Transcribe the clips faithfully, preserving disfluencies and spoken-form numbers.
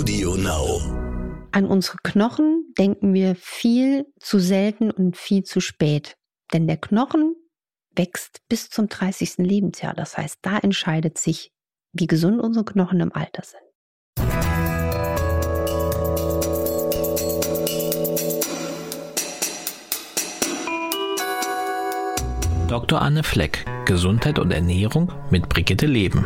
Audio Now. An unsere Knochen denken wir viel zu selten und viel zu spät. Denn der Knochen wächst bis zum dreißigsten Lebensjahr. Das heißt, da entscheidet sich, wie gesund unsere Knochen im Alter sind. Doktor Anne Fleck, Gesundheit und Ernährung mit Brigitte Leben.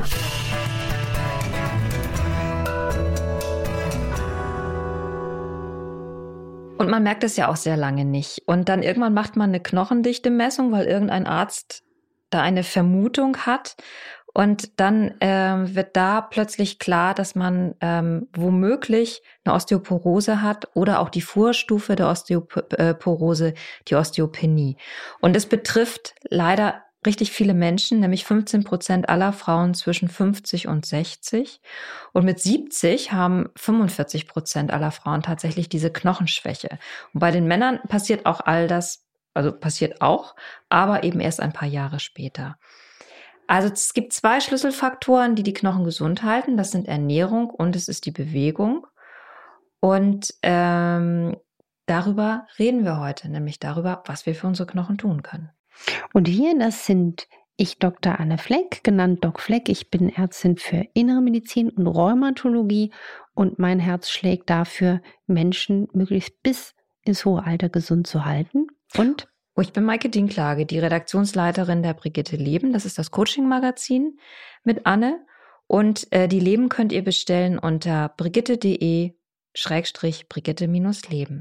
Und man merkt es ja auch sehr lange nicht. Und dann irgendwann macht man eine Knochendichte-Messung, weil irgendein Arzt da eine Vermutung hat. Und dann ähm, wird da plötzlich klar, dass man ähm, womöglich eine Osteoporose hat oder auch die Vorstufe der Osteoporose, die Osteopenie. Und es betrifft leider richtig viele Menschen, nämlich fünfzehn Prozent aller Frauen zwischen fünfzig und sechzig. Und mit siebzig haben fünfundvierzig Prozent aller Frauen tatsächlich diese Knochenschwäche. Und bei den Männern passiert auch all das, also passiert auch, aber eben erst ein paar Jahre später. Also es gibt zwei Schlüsselfaktoren, die die Knochen gesund halten. Das sind Ernährung und es ist die Bewegung. Und ähm, darüber reden wir heute, nämlich darüber, was wir für unsere Knochen tun können. Und wir, das sind ich, Doktor Anne Fleck, genannt Doc Fleck. Ich bin Ärztin für Innere Medizin und Rheumatologie und mein Herz schlägt dafür, Menschen möglichst bis ins hohe Alter gesund zu halten. Und ich bin Maike Dinklage, die Redaktionsleiterin der Brigitte Leben. Das ist das Coaching-Magazin mit Anne. Und äh, die Leben könnt ihr bestellen unter brigitte.de schrägstrich Brigitte-Leben.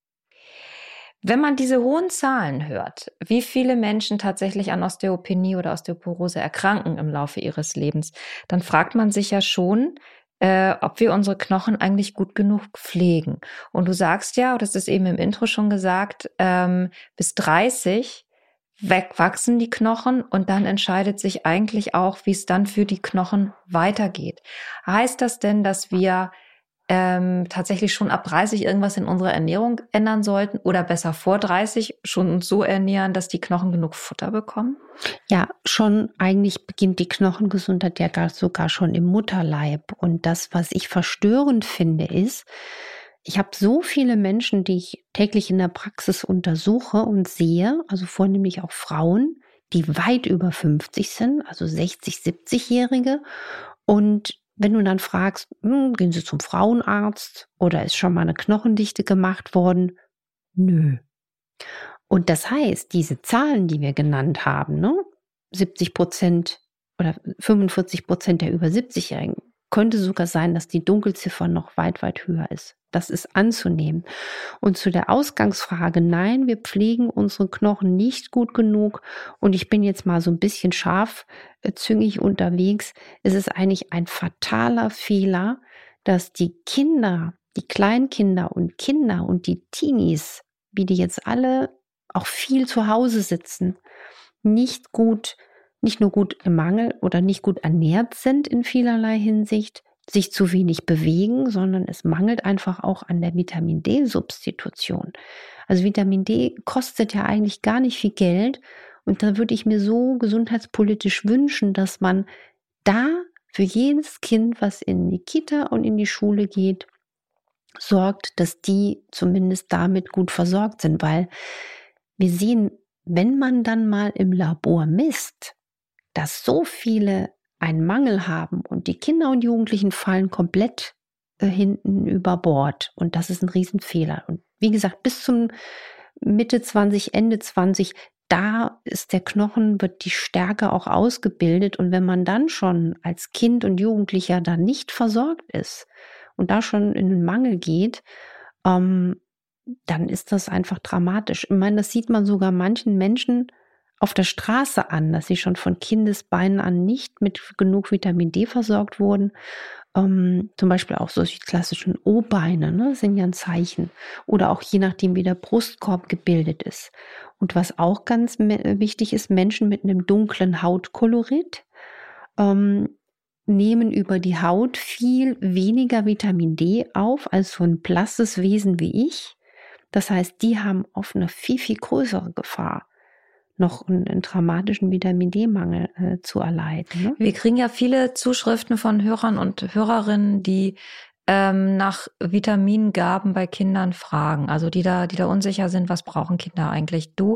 Wenn man diese hohen Zahlen hört, wie viele Menschen tatsächlich an Osteopenie oder Osteoporose erkranken im Laufe ihres Lebens, dann fragt man sich ja schon, äh, ob wir unsere Knochen eigentlich gut genug pflegen. Und du sagst ja, das ist eben im Intro schon gesagt, ähm, bis dreißig wachsen die Knochen und dann entscheidet sich eigentlich auch, wie es dann für die Knochen weitergeht. Heißt das denn, dass wir Ähm, tatsächlich schon ab dreißig irgendwas in unserer Ernährung ändern sollten oder besser vor dreißig schon uns so ernähren, dass die Knochen genug Futter bekommen? Ja, schon eigentlich beginnt die Knochengesundheit ja gar, sogar schon im Mutterleib. Und das, was ich verstörend finde, ist, ich habe so viele Menschen, die ich täglich in der Praxis untersuche und sehe, also vornehmlich auch Frauen, die weit über fünfzig sind, also sechzig-, siebzigjährige. Und wenn du dann fragst, hm, gehen Sie zum Frauenarzt oder ist schon mal eine Knochendichte gemacht worden? Nö. Und das heißt, diese Zahlen, die wir genannt haben, ne, siebzig Prozent oder fünfundvierzig Prozent der über siebzigjährigen, könnte sogar sein, dass die Dunkelziffer noch weit, weit höher ist. Das ist anzunehmen. Und zu der Ausgangsfrage, nein, wir pflegen unsere Knochen nicht gut genug und ich bin jetzt mal so ein bisschen scharfzüngig unterwegs. Es ist eigentlich ein fataler Fehler, dass die Kinder, die Kleinkinder und Kinder und die Teenies, wie die jetzt alle auch viel zu Hause sitzen, nicht gut, nicht nur gut im Mangel oder nicht gut ernährt sind in vielerlei Hinsicht, sich zu wenig bewegen, sondern es mangelt einfach auch an der Vitamin-D-Substitution. Also Vitamin D kostet ja eigentlich gar nicht viel Geld und da würde ich mir so gesundheitspolitisch wünschen, dass man da für jedes Kind, was in die Kita und in die Schule geht, sorgt, dass die zumindest damit gut versorgt sind, weil wir sehen, wenn man dann mal im Labor misst, dass so viele einen Mangel haben und die Kinder und Jugendlichen fallen komplett äh, hinten über Bord und das ist ein Riesenfehler. Und wie gesagt, bis zum Mitte zwanzig, Ende zwanzig, da ist der Knochen, wird die Stärke auch ausgebildet und wenn man dann schon als Kind und Jugendlicher da nicht versorgt ist und da schon in den Mangel geht, ähm, dann ist das einfach dramatisch. Ich meine, das sieht man sogar manchen Menschen auf der Straße an, dass sie schon von Kindesbeinen an nicht mit genug Vitamin D versorgt wurden. Ähm, zum Beispiel auch solche klassischen O-Beine, ne, sind ja ein Zeichen. Oder auch je nachdem, wie der Brustkorb gebildet ist. Und was auch ganz me- wichtig ist, Menschen mit einem dunklen Hautkolorit ähm, nehmen über die Haut viel weniger Vitamin D auf als so ein blasses Wesen wie ich. Das heißt, die haben oft eine viel, viel größere Gefahr, noch einen, einen dramatischen Vitamin D-Mangel äh, zu erleiden. Ne? Wir kriegen ja viele Zuschriften von Hörern und Hörerinnen, die ähm, nach Vitamingaben bei Kindern fragen, also die da, die da unsicher sind, was brauchen Kinder eigentlich? Du,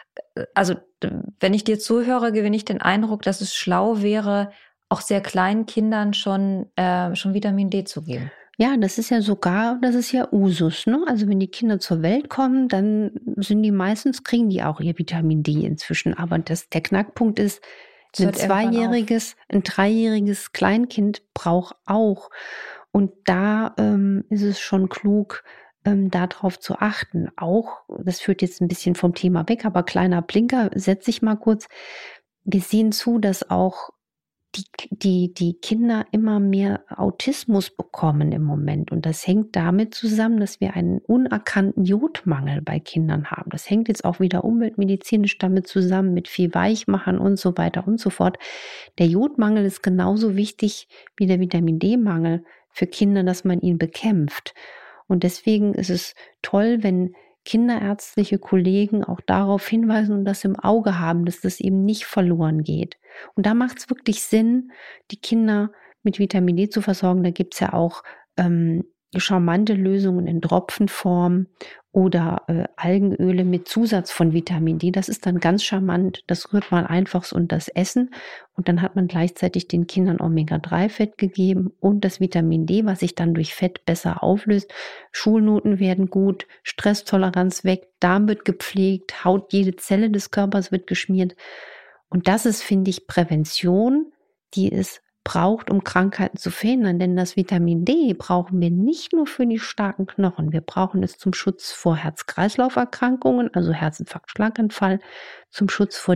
also wenn ich dir zuhöre, gewinne ich den Eindruck, dass es schlau wäre, auch sehr kleinen Kindern schon, äh, schon Vitamin D zu geben. Ja, das ist ja sogar, das ist ja Usus, ne? Also wenn die Kinder zur Welt kommen, dann sind die meistens, kriegen die auch ihr Vitamin D inzwischen. Aber das, der Knackpunkt ist, Das ein hört irgendwann auf. zweijähriges, ein dreijähriges Kleinkind braucht auch. Und da ähm, ist es schon klug, ähm, darauf zu achten. Auch, das führt jetzt ein bisschen vom Thema weg, aber kleiner Blinker, setze ich mal kurz. Wir sehen zu, dass auch die, die, die Kinder immer mehr Autismus bekommen im Moment. Und das hängt damit zusammen, dass wir einen unerkannten Jodmangel bei Kindern haben. Das hängt jetzt auch wieder umweltmedizinisch damit zusammen, mit viel Weichmachern und so weiter und so fort. Der Jodmangel ist genauso wichtig wie der Vitamin D-Mangel für Kinder, dass man ihn bekämpft. Und deswegen ist es toll, wenn kinderärztliche Kollegen auch darauf hinweisen und das im Auge haben, dass das eben nicht verloren geht. Und da macht es wirklich Sinn, die Kinder mit Vitamin D zu versorgen. Da gibt es ja auch ähm, charmante Lösungen in Tropfenform oder äh, Algenöle mit Zusatz von Vitamin D. Das ist dann ganz charmant. Das rührt man einfach so unter das Essen und dann hat man gleichzeitig den Kindern Omega drei Fett gegeben und das Vitamin D, was sich dann durch Fett besser auflöst. Schulnoten werden gut, Stresstoleranz weg, Darm wird gepflegt, Haut, jede Zelle des Körpers wird geschmiert. Und das ist, finde ich, Prävention, die es braucht, um Krankheiten zu verhindern. Denn das Vitamin D brauchen wir nicht nur für die starken Knochen. Wir brauchen es zum Schutz vor Herz-Kreislauf-Erkrankungen, also Herzinfarkt, Schlaganfall, zum Schutz vor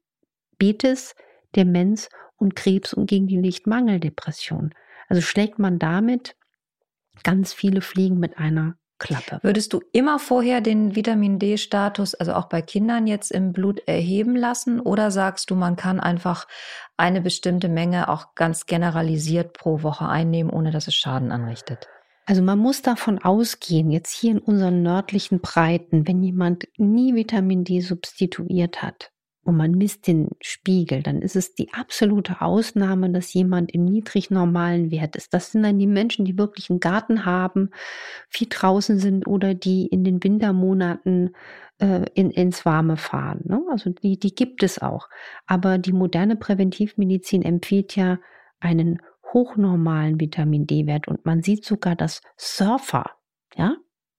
Diabetes, Demenz und Krebs und gegen die Lichtmangeldepression. Also schlägt man damit ganz viele Fliegen mit einer Klappe. Würdest du immer vorher den Vitamin D-Status, also auch bei Kindern jetzt im Blut erheben lassen? Oder sagst du, man kann einfach eine bestimmte Menge auch ganz generalisiert pro Woche einnehmen, ohne dass es Schaden anrichtet? Also man muss davon ausgehen, jetzt hier in unseren nördlichen Breiten, wenn jemand nie Vitamin D substituiert hat und man misst den Spiegel, dann ist es die absolute Ausnahme, dass jemand im niedrig normalen Wert ist. Das sind dann die Menschen, die wirklich einen Garten haben, viel draußen sind oder die in den Wintermonaten äh, in, ins Warme fahren. Ne? Also die, die gibt es auch. Aber die moderne Präventivmedizin empfiehlt ja einen hochnormalen Vitamin D-Wert und man sieht sogar, dass Surfer, ja,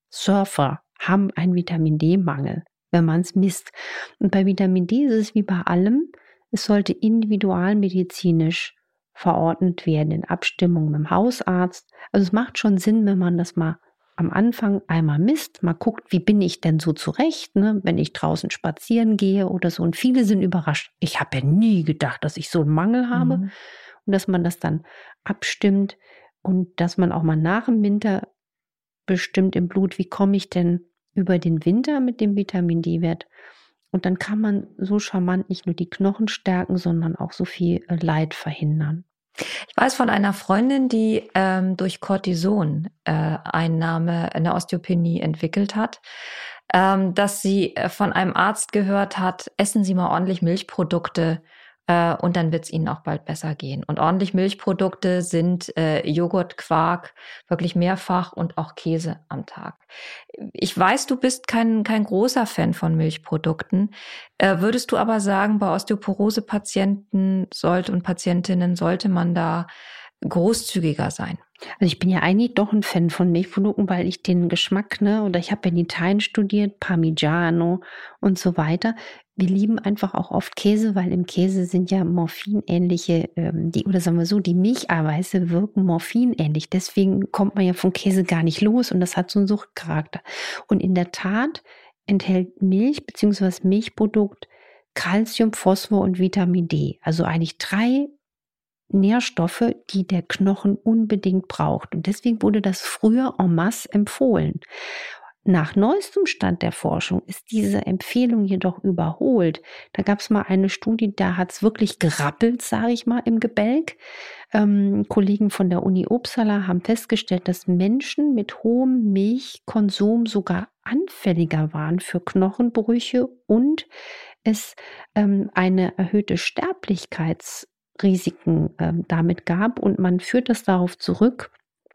Surfer haben einen Vitamin D-Mangel, wenn man es misst. Und bei Vitamin D ist es wie bei allem, es sollte individualmedizinisch verordnet werden in Abstimmung mit dem Hausarzt. Also es macht schon Sinn, wenn man das mal am Anfang einmal misst, mal guckt, wie bin ich denn so zurecht, ne, wenn ich draußen spazieren gehe oder so. Und viele sind überrascht. Ich habe ja nie gedacht, dass ich so einen Mangel habe. Mhm. Und dass man das dann abstimmt und dass man auch mal nach dem Winter bestimmt im Blut, wie komme ich denn über den Winter mit dem Vitamin D-Wert. Und dann kann man so charmant nicht nur die Knochen stärken, sondern auch so viel Leid verhindern. Ich weiß von einer Freundin, die ähm, durch Cortison-Einnahme äh, eine Osteopenie entwickelt hat, ähm, dass sie von einem Arzt gehört hat, essen Sie mal ordentlich Milchprodukte, und dann wird es ihnen auch bald besser gehen. Und ordentlich Milchprodukte sind äh, Joghurt, Quark, wirklich mehrfach und auch Käse am Tag. Ich weiß, du bist kein, kein großer Fan von Milchprodukten. Äh, würdest du aber sagen, bei Osteoporose-Patienten sollte und Patientinnen sollte man da großzügiger sein? Also ich bin ja eigentlich doch ein Fan von Milchprodukten, weil ich den Geschmack, ne, oder ich habe in Italien studiert, Parmigiano und so weiter. Wir lieben einfach auch oft Käse, weil im Käse sind ja morphinähnliche, ähm, die, oder sagen wir so, die Milcheiweiße wirken morphinähnlich. Deswegen kommt man ja von Käse gar nicht los und das hat so einen Suchtcharakter. Und in der Tat enthält Milch bzw. Milchprodukt Calcium, Phosphor und Vitamin D. Also eigentlich drei Nährstoffe, die der Knochen unbedingt braucht. Und deswegen wurde das früher en masse empfohlen. Nach neuestem Stand der Forschung ist diese Empfehlung jedoch überholt. Da gab es mal eine Studie, da hat es wirklich gerappelt, sage ich mal, im Gebälk. Ähm, Kollegen von der Uni Uppsala haben festgestellt, dass Menschen mit hohem Milchkonsum sogar anfälliger waren für Knochenbrüche und es ähm, eine erhöhte Sterblichkeitsrisiken ähm, damit gab. Und man führt das darauf zurück,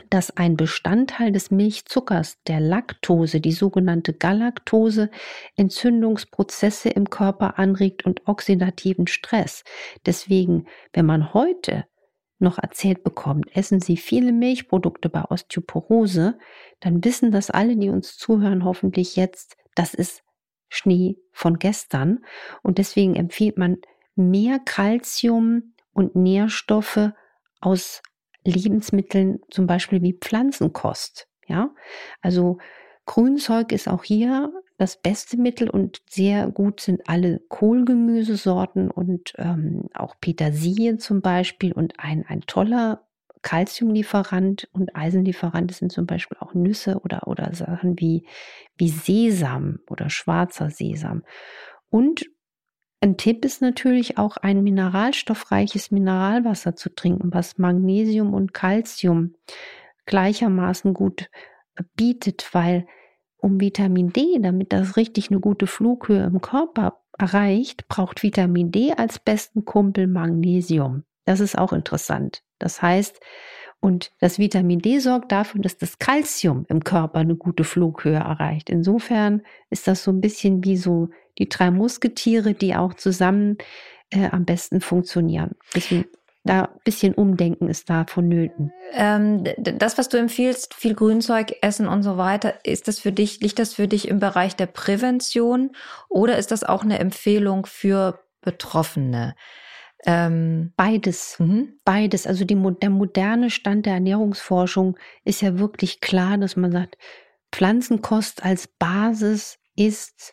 dass ein Bestandteil des Milchzuckers, der Laktose, die sogenannte Galaktose, Entzündungsprozesse im Körper anregt und oxidativen Stress. Deswegen, wenn man heute noch erzählt bekommt, essen Sie viele Milchprodukte bei Osteoporose, dann wissen das alle, die uns zuhören, hoffentlich jetzt, das ist Schnee von gestern. Und deswegen empfiehlt man mehr Kalzium und Nährstoffe aus Lebensmitteln, zum Beispiel wie Pflanzenkost. Ja, also Grünzeug ist auch hier das beste Mittel und sehr gut sind alle Kohlgemüsesorten und ähm, auch Petersilie zum Beispiel und ein, ein toller Kalziumlieferant und Eisenlieferant sind zum Beispiel auch Nüsse oder, oder Sachen wie, wie Sesam oder schwarzer Sesam. Und ein Tipp ist natürlich auch ein mineralstoffreiches Mineralwasser zu trinken, was Magnesium und Calcium gleichermaßen gut bietet, weil um Vitamin D, damit das richtig eine gute Flughöhe im Körper erreicht, braucht Vitamin D als besten Kumpel Magnesium. Das ist auch interessant. Das heißt, und das Vitamin D sorgt dafür, dass das Calcium im Körper eine gute Flughöhe erreicht. Insofern ist das so ein bisschen wie so die drei Musketiere, die auch zusammen äh, am besten funktionieren. Deswegen da ein bisschen Umdenken ist da vonnöten. Ähm, das, was du empfiehlst, viel Grünzeug essen und so weiter, ist das für dich, liegt das für dich im Bereich der Prävention oder ist das auch eine Empfehlung für Betroffene? Ähm, beides, mhm. beides. Also die, der moderne Stand der Ernährungsforschung ist ja wirklich klar, dass man sagt, Pflanzenkost als Basis ist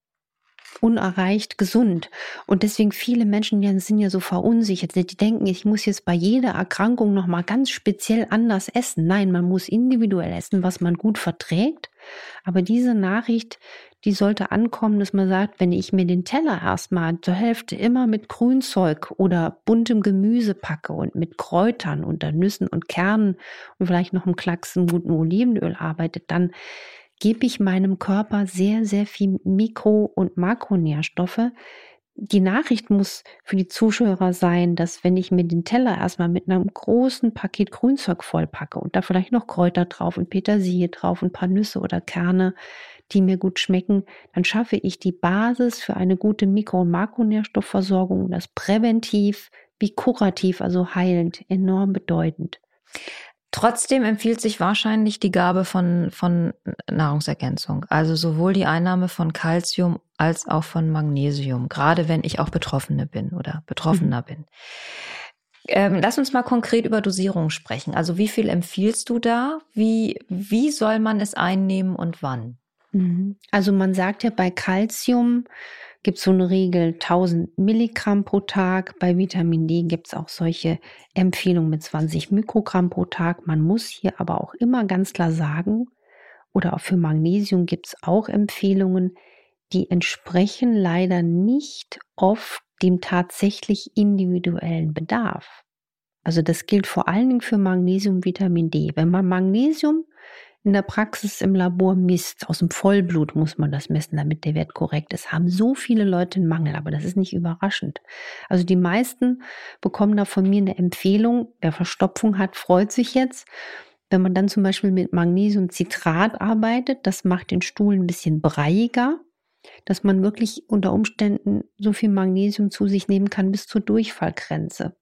unerreicht gesund. Und deswegen viele Menschen die sind ja so verunsichert. Die denken, ich muss jetzt bei jeder Erkrankung nochmal ganz speziell anders essen. Nein, man muss individuell essen, was man gut verträgt. Aber diese Nachricht, die sollte ankommen, dass man sagt, wenn ich mir den Teller erstmal zur Hälfte immer mit Grünzeug oder buntem Gemüse packe und mit Kräutern und Nüssen und Kernen und vielleicht noch einem Klacks guten Olivenöl arbeite, dann gebe ich meinem Körper sehr, sehr viel Mikro- und Makronährstoffe. Die Nachricht muss für die Zuschauer sein, dass wenn ich mir den Teller erstmal mit einem großen Paket Grünzeug vollpacke und da vielleicht noch Kräuter drauf und Petersilie drauf und ein paar Nüsse oder Kerne, die mir gut schmecken, dann schaffe ich die Basis für eine gute Mikro- und Makronährstoffversorgung, das präventiv wie kurativ, also heilend, enorm bedeutend. Trotzdem empfiehlt sich wahrscheinlich die Gabe von, von Nahrungsergänzung, also sowohl die Einnahme von Calcium als auch von Magnesium, gerade wenn ich auch Betroffene bin oder Betroffener mhm. bin. Ähm, lass uns mal konkret über Dosierung sprechen. Also wie viel empfiehlst du da? Wie, wie soll man es einnehmen und wann? Also man sagt ja bei Calcium gibt es so eine Regel tausend Milligramm pro Tag. Bei Vitamin D gibt es auch solche Empfehlungen mit zwanzig Mikrogramm pro Tag. Man muss hier aber auch immer ganz klar sagen, oder auch für Magnesium gibt es auch Empfehlungen, die entsprechen leider nicht oft dem tatsächlich individuellen Bedarf. Also das gilt vor allen Dingen für Magnesium und Vitamin D. Wenn man Magnesium in der Praxis im Labor misst, aus dem Vollblut muss man das messen, damit der Wert korrekt ist, haben so viele Leute einen Mangel, aber das ist nicht überraschend. Also die meisten bekommen da von mir eine Empfehlung, wer Verstopfung hat, freut sich jetzt. Wenn man dann zum Beispiel mit Magnesiumcitrat arbeitet, das macht den Stuhl ein bisschen breiiger, dass man wirklich unter Umständen so viel Magnesium zu sich nehmen kann bis zur Durchfallgrenze.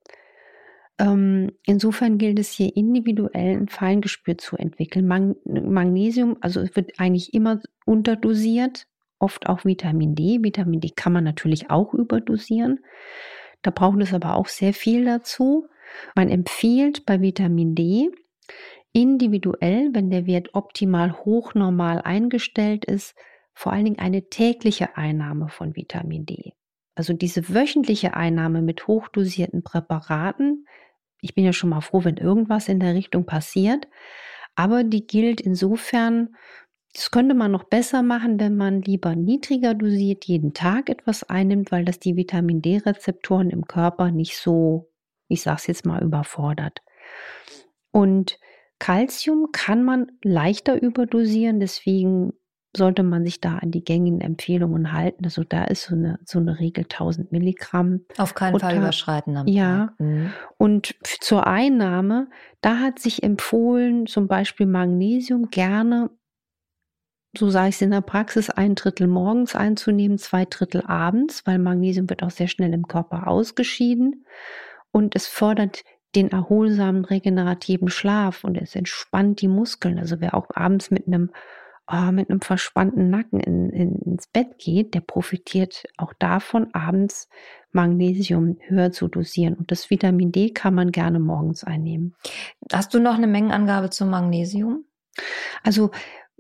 Insofern gilt es hier individuell ein Feingespür zu entwickeln. Mag- Magnesium, also es wird eigentlich immer unterdosiert, oft auch Vitamin D. Vitamin D kann man natürlich auch überdosieren. Da braucht es aber auch sehr viel dazu. Man empfiehlt bei Vitamin D individuell, wenn der Wert optimal hoch normal eingestellt ist, vor allen Dingen eine tägliche Einnahme von Vitamin D. Also diese wöchentliche Einnahme mit hochdosierten Präparaten, ich bin ja schon mal froh, wenn irgendwas in der Richtung passiert, aber die gilt insofern, das könnte man noch besser machen, wenn man lieber niedriger dosiert jeden Tag etwas einnimmt, weil das die Vitamin D-Rezeptoren im Körper nicht so, ich sage es jetzt mal, überfordert. Und Calcium kann man leichter überdosieren, deswegen sollte man sich da an die gängigen Empfehlungen halten. Also da ist so eine, so eine Regel tausend Milligramm. Auf keinen Unter, Fall überschreiten am ja, Tag. Mhm. Und zur Einnahme, da hat sich empfohlen, zum Beispiel Magnesium gerne, so sage ich es in der Praxis, ein Drittel morgens einzunehmen, zwei Drittel abends, weil Magnesium wird auch sehr schnell im Körper ausgeschieden und es fördert den erholsamen, regenerativen Schlaf und es entspannt die Muskeln. Also wer auch abends mit einem Oh, mit einem verspannten Nacken in, in, ins Bett geht, der profitiert auch davon, abends Magnesium höher zu dosieren. Und das Vitamin D kann man gerne morgens einnehmen. Hast du noch eine Mengenangabe zum Magnesium? Also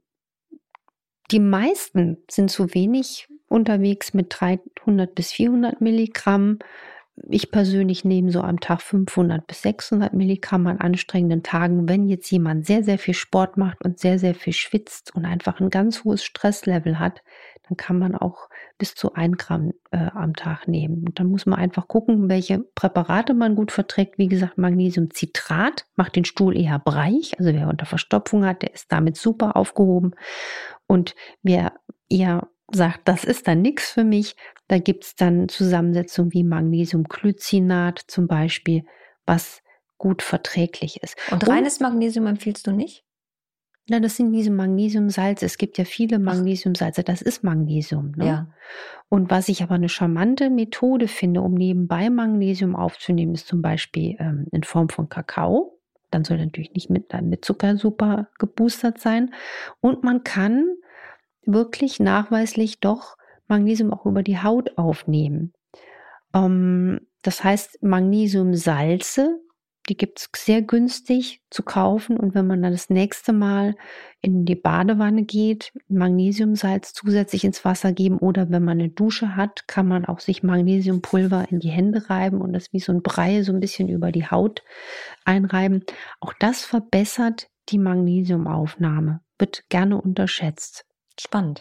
die meisten sind zu wenig unterwegs mit dreihundert bis vierhundert Milligramm. Ich persönlich nehme so am Tag fünfhundert bis sechshundert Milligramm an anstrengenden Tagen. Wenn jetzt jemand sehr, sehr viel Sport macht und sehr, sehr viel schwitzt und einfach ein ganz hohes Stresslevel hat, dann kann man auch bis zu ein Gramm äh, am Tag nehmen. Und dann muss man einfach gucken, welche Präparate man gut verträgt. Wie gesagt, Magnesiumcitrat macht den Stuhl eher breich. Also wer unter Verstopfung hat, der ist damit super aufgehoben. Und wer eher sagt, das ist dann nichts für mich, da gibt es dann Zusammensetzungen wie Magnesiumglycinat zum Beispiel, was gut verträglich ist. Und reines Magnesium empfiehlst du nicht? Na, das sind diese Magnesiumsalze. Es gibt ja viele Magnesiumsalze, das ist Magnesium. Ne? Ja. Und was ich aber eine charmante Methode finde, um nebenbei Magnesium aufzunehmen, ist zum Beispiel ähm, in Form von Kakao. Dann soll natürlich nicht mit, mit Zucker super geboostert sein. Und man kann wirklich nachweislich doch Magnesium auch über die Haut aufnehmen. Ähm, das heißt, Magnesiumsalze, die gibt es sehr günstig zu kaufen. Und wenn man dann das nächste Mal in die Badewanne geht, Magnesiumsalz zusätzlich ins Wasser geben oder wenn man eine Dusche hat, kann man auch sich Magnesiumpulver in die Hände reiben und das wie so ein Brei so ein bisschen über die Haut einreiben. Auch das verbessert die Magnesiumaufnahme, wird gerne unterschätzt. Spannend.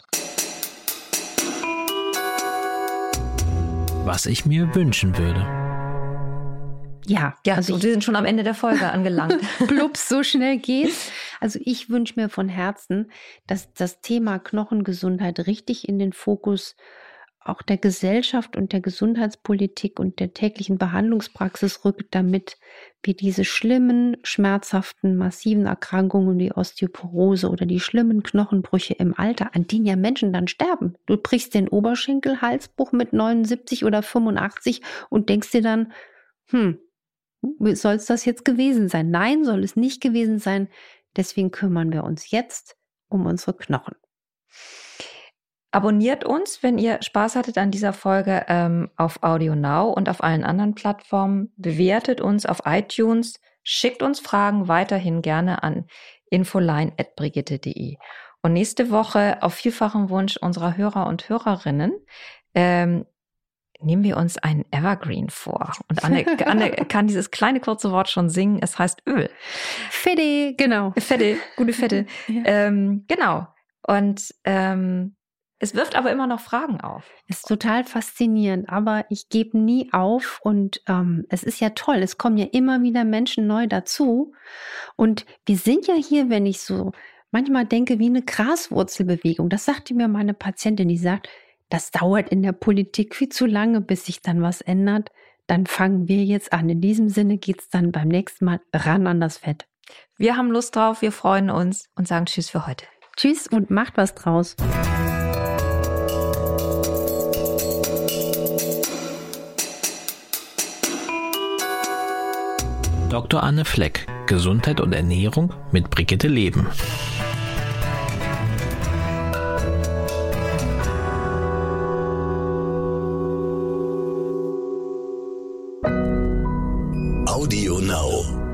Was ich mir wünschen würde. Ja, ja, also und wir sind schon am Ende der Folge angelangt. Plups, so schnell geht's. Also ich wünsche mir von Herzen, dass das Thema Knochengesundheit richtig in den Fokus auch der Gesellschaft und der Gesundheitspolitik und der täglichen Behandlungspraxis rückt, damit wir diese schlimmen, schmerzhaften, massiven Erkrankungen wie Osteoporose oder die schlimmen Knochenbrüche im Alter, an denen ja Menschen dann sterben. Du brichst den Oberschenkelhalsbruch mit neunundsiebzig oder fünfundachtzig und denkst dir dann, hm, soll es das jetzt gewesen sein? Nein, soll es nicht gewesen sein. Deswegen kümmern wir uns jetzt um unsere Knochen. Abonniert uns, wenn ihr Spaß hattet an dieser Folge ähm, auf Audio Now und auf allen anderen Plattformen. Bewertet uns auf iTunes. Schickt uns Fragen weiterhin gerne an infoline at brigitte punkt de. Und nächste Woche auf vielfachen Wunsch unserer Hörer und Hörerinnen ähm, nehmen wir uns einen Evergreen vor. Und Anne, Anne kann dieses kleine kurze Wort schon singen. Es heißt Öl. Fette, genau. Fette, gute Fette. Ja. Ähm, genau. Und ähm, es wirft aber immer noch Fragen auf. Es ist total faszinierend, aber ich gebe nie auf und ähm, es ist ja toll. Es kommen ja immer wieder Menschen neu dazu. Und wir sind ja hier, wenn ich so manchmal denke, wie eine Graswurzelbewegung. Das sagte mir meine Patientin, die sagt, das dauert in der Politik viel zu lange, bis sich dann was ändert. Dann fangen wir jetzt an. In diesem Sinne geht es dann beim nächsten Mal ran an das Fett. Wir haben Lust drauf, wir freuen uns und sagen Tschüss für heute. Tschüss und macht was draus. Doktor Anne Fleck, Gesundheit und Ernährung mit Brigitte Leben. Audio Now.